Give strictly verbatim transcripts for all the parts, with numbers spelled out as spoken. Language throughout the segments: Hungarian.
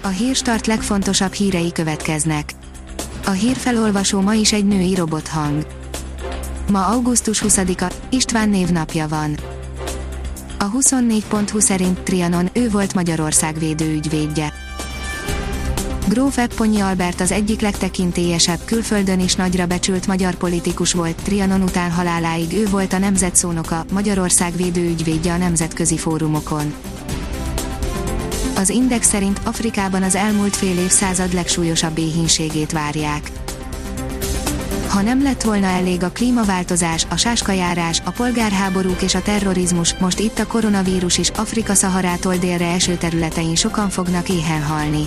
A Hírstart legfontosabb hírei következnek. A hírfelolvasó ma is egy női robothang. Ma augusztus huszadika, István névnapja van. A huszonnégy pont hu szerint Trianon, ő volt Magyarország védőügyvédje. Gróf Epponyi Albert az egyik legtekintélyesebb, külföldön is nagyra becsült magyar politikus volt, Trianon után haláláig ő volt a nemzet szónoka, Magyarország védőügyvédje a nemzetközi fórumokon. Az Index szerint Afrikában az elmúlt fél évszázad legsúlyosabb éhínségét várják. Ha nem lett volna elég a klímaváltozás, a sáskajárás, a polgárháborúk és a terrorizmus, most itt a koronavírus is, Afrika Szaharától délre eső területein sokan fognak éhen halni.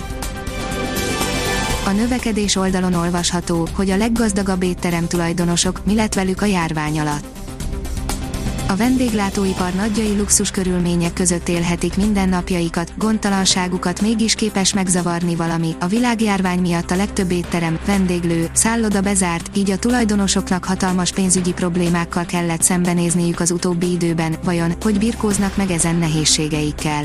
A növekedés oldalon olvasható, hogy a leggazdagabb étterem tulajdonosok, mi lett velük a járvány alatt. A vendéglátóipar nagyjai luxus körülmények között élhetik mindennapjaikat, gondtalanságukat mégis képes megzavarni valami, a világjárvány miatt a legtöbb étterem, vendéglő, szálloda bezárt, így a tulajdonosoknak hatalmas pénzügyi problémákkal kellett szembenézniük az utóbbi időben, vajon, hogy birkóznak meg ezen nehézségeikkel.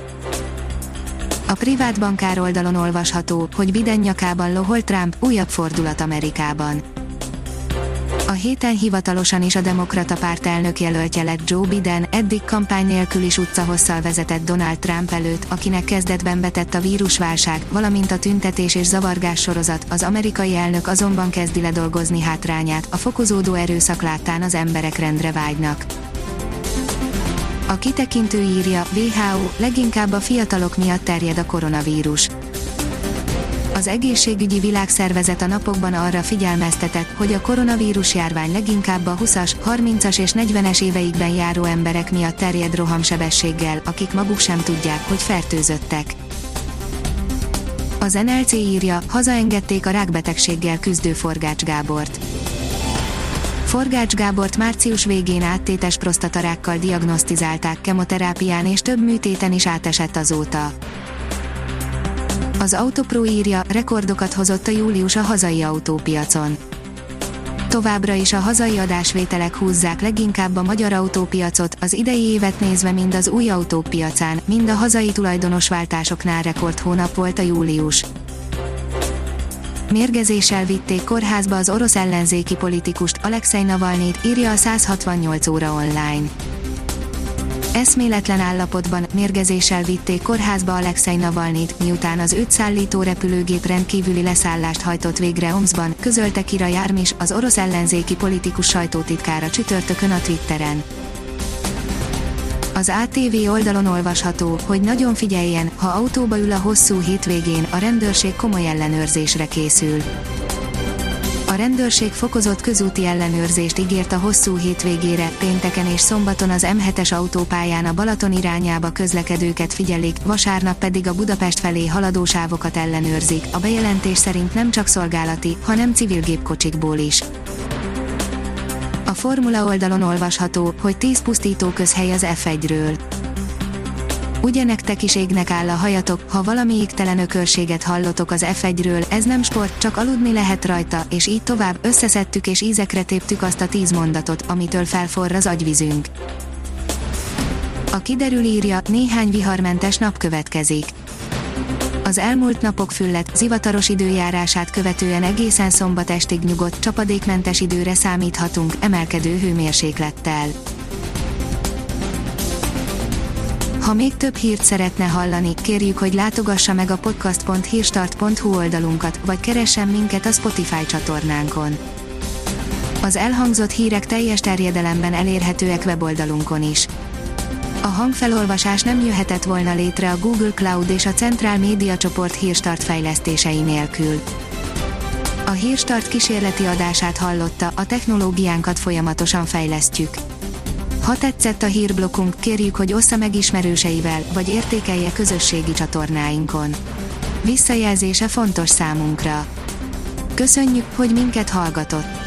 A privát bankár oldalon olvasható, hogy Biden nyakában lohol Trump, újabb fordulat Amerikában. A héten hivatalosan is a demokrata párt elnök jelöltje lett Joe Biden, eddig kampány nélkül is utcahosszal vezetett Donald Trump előtt, akinek kezdetben betett a vírusválság, valamint a tüntetés és zavargás sorozat, az amerikai elnök azonban kezdi ledolgozni hátrányát, a fokozódó erőszak láttán az emberek rendre vágynak. A kitekintő írja, dupla vé há ó, leginkább a fiatalok miatt terjed a koronavírus. Az egészségügyi világszervezet a napokban arra figyelmeztetett, hogy a koronavírus járvány leginkább a húszas, harmincas és negyvenes éveikben járó emberek miatt terjed rohamsebességgel, akik maguk sem tudják, hogy fertőzöttek. Az en el cé írja, hazaengedték a rákbetegséggel küzdő Forgács Gábort. Forgács Gábort március végén áttétes prostatarákkal diagnosztizálták, kemoterápián és több műtéten is átesett azóta. Az Autopro írja, rekordokat hozott a július a hazai autópiacon. Továbbra is a hazai adásvételek húzzák leginkább a magyar autópiacot, az idei évet nézve mind az új autók piacán, mind a hazai tulajdonosváltásoknál rekordhónap volt a július. Mérgezéssel vitték kórházba az orosz ellenzéki politikust, Alexej Navalnyit, írja a száz hatvannyolc óra online. Eszméletlen állapotban, mérgezéssel vitték kórházba Alexej Navalnyit, miután az őt szállító repülőgép rendkívüli leszállást hajtott végre Omszban, közölte Kira Jármis, az orosz ellenzéki politikus sajtótitkára csütörtökön a Twitteren. Az á té vé oldalon olvasható, hogy nagyon figyeljen, ha autóba ül a hosszú hétvégén, a rendőrség komoly ellenőrzésre készül. A rendőrség fokozott közúti ellenőrzést ígért a hosszú hétvégére, pénteken és szombaton az em hetes autópályán a Balaton irányába közlekedőket figyelik, vasárnap pedig a Budapest felé haladó sávokat ellenőrzik, a bejelentés szerint nem csak szolgálati, hanem civil gépkocsikból is. A Formula oldalon olvasható, hogy tíz pusztító közhely az ef egyről. Ugye nektek is égnek áll a hajatok, ha valami égtelen ökörséget hallotok az ef egyről, ez nem sport, csak aludni lehet rajta, és így tovább, összeszedtük és ízekre téptük azt a tíz mondatot, amitől felforr az agyvízünk. A Kiderül írja, néhány viharmentes nap következik. Az elmúlt napok füllet, zivataros időjárását követően egészen szombat estig nyugodt, csapadékmentes időre számíthatunk, emelkedő hőmérséklettel. Ha még több hírt szeretne hallani, kérjük, hogy látogassa meg a podcast pont hírstart pont hu oldalunkat, vagy keressen minket a Spotify csatornánkon. Az elhangzott hírek teljes terjedelemben elérhetőek weboldalunkon is. A hangfelolvasás nem jöhetett volna létre a Google Cloud és a Centrál Média Csoport Hírstart fejlesztései nélkül. A Hírstart kísérleti adását hallotta, a technológiánkat folyamatosan fejlesztjük. Ha tetszett a hírblokkunk, kérjük, hogy ossza meg ismerőseivel, vagy értékelje közösségi csatornáinkon. Visszajelzése fontos számunkra. Köszönjük, hogy minket hallgatott!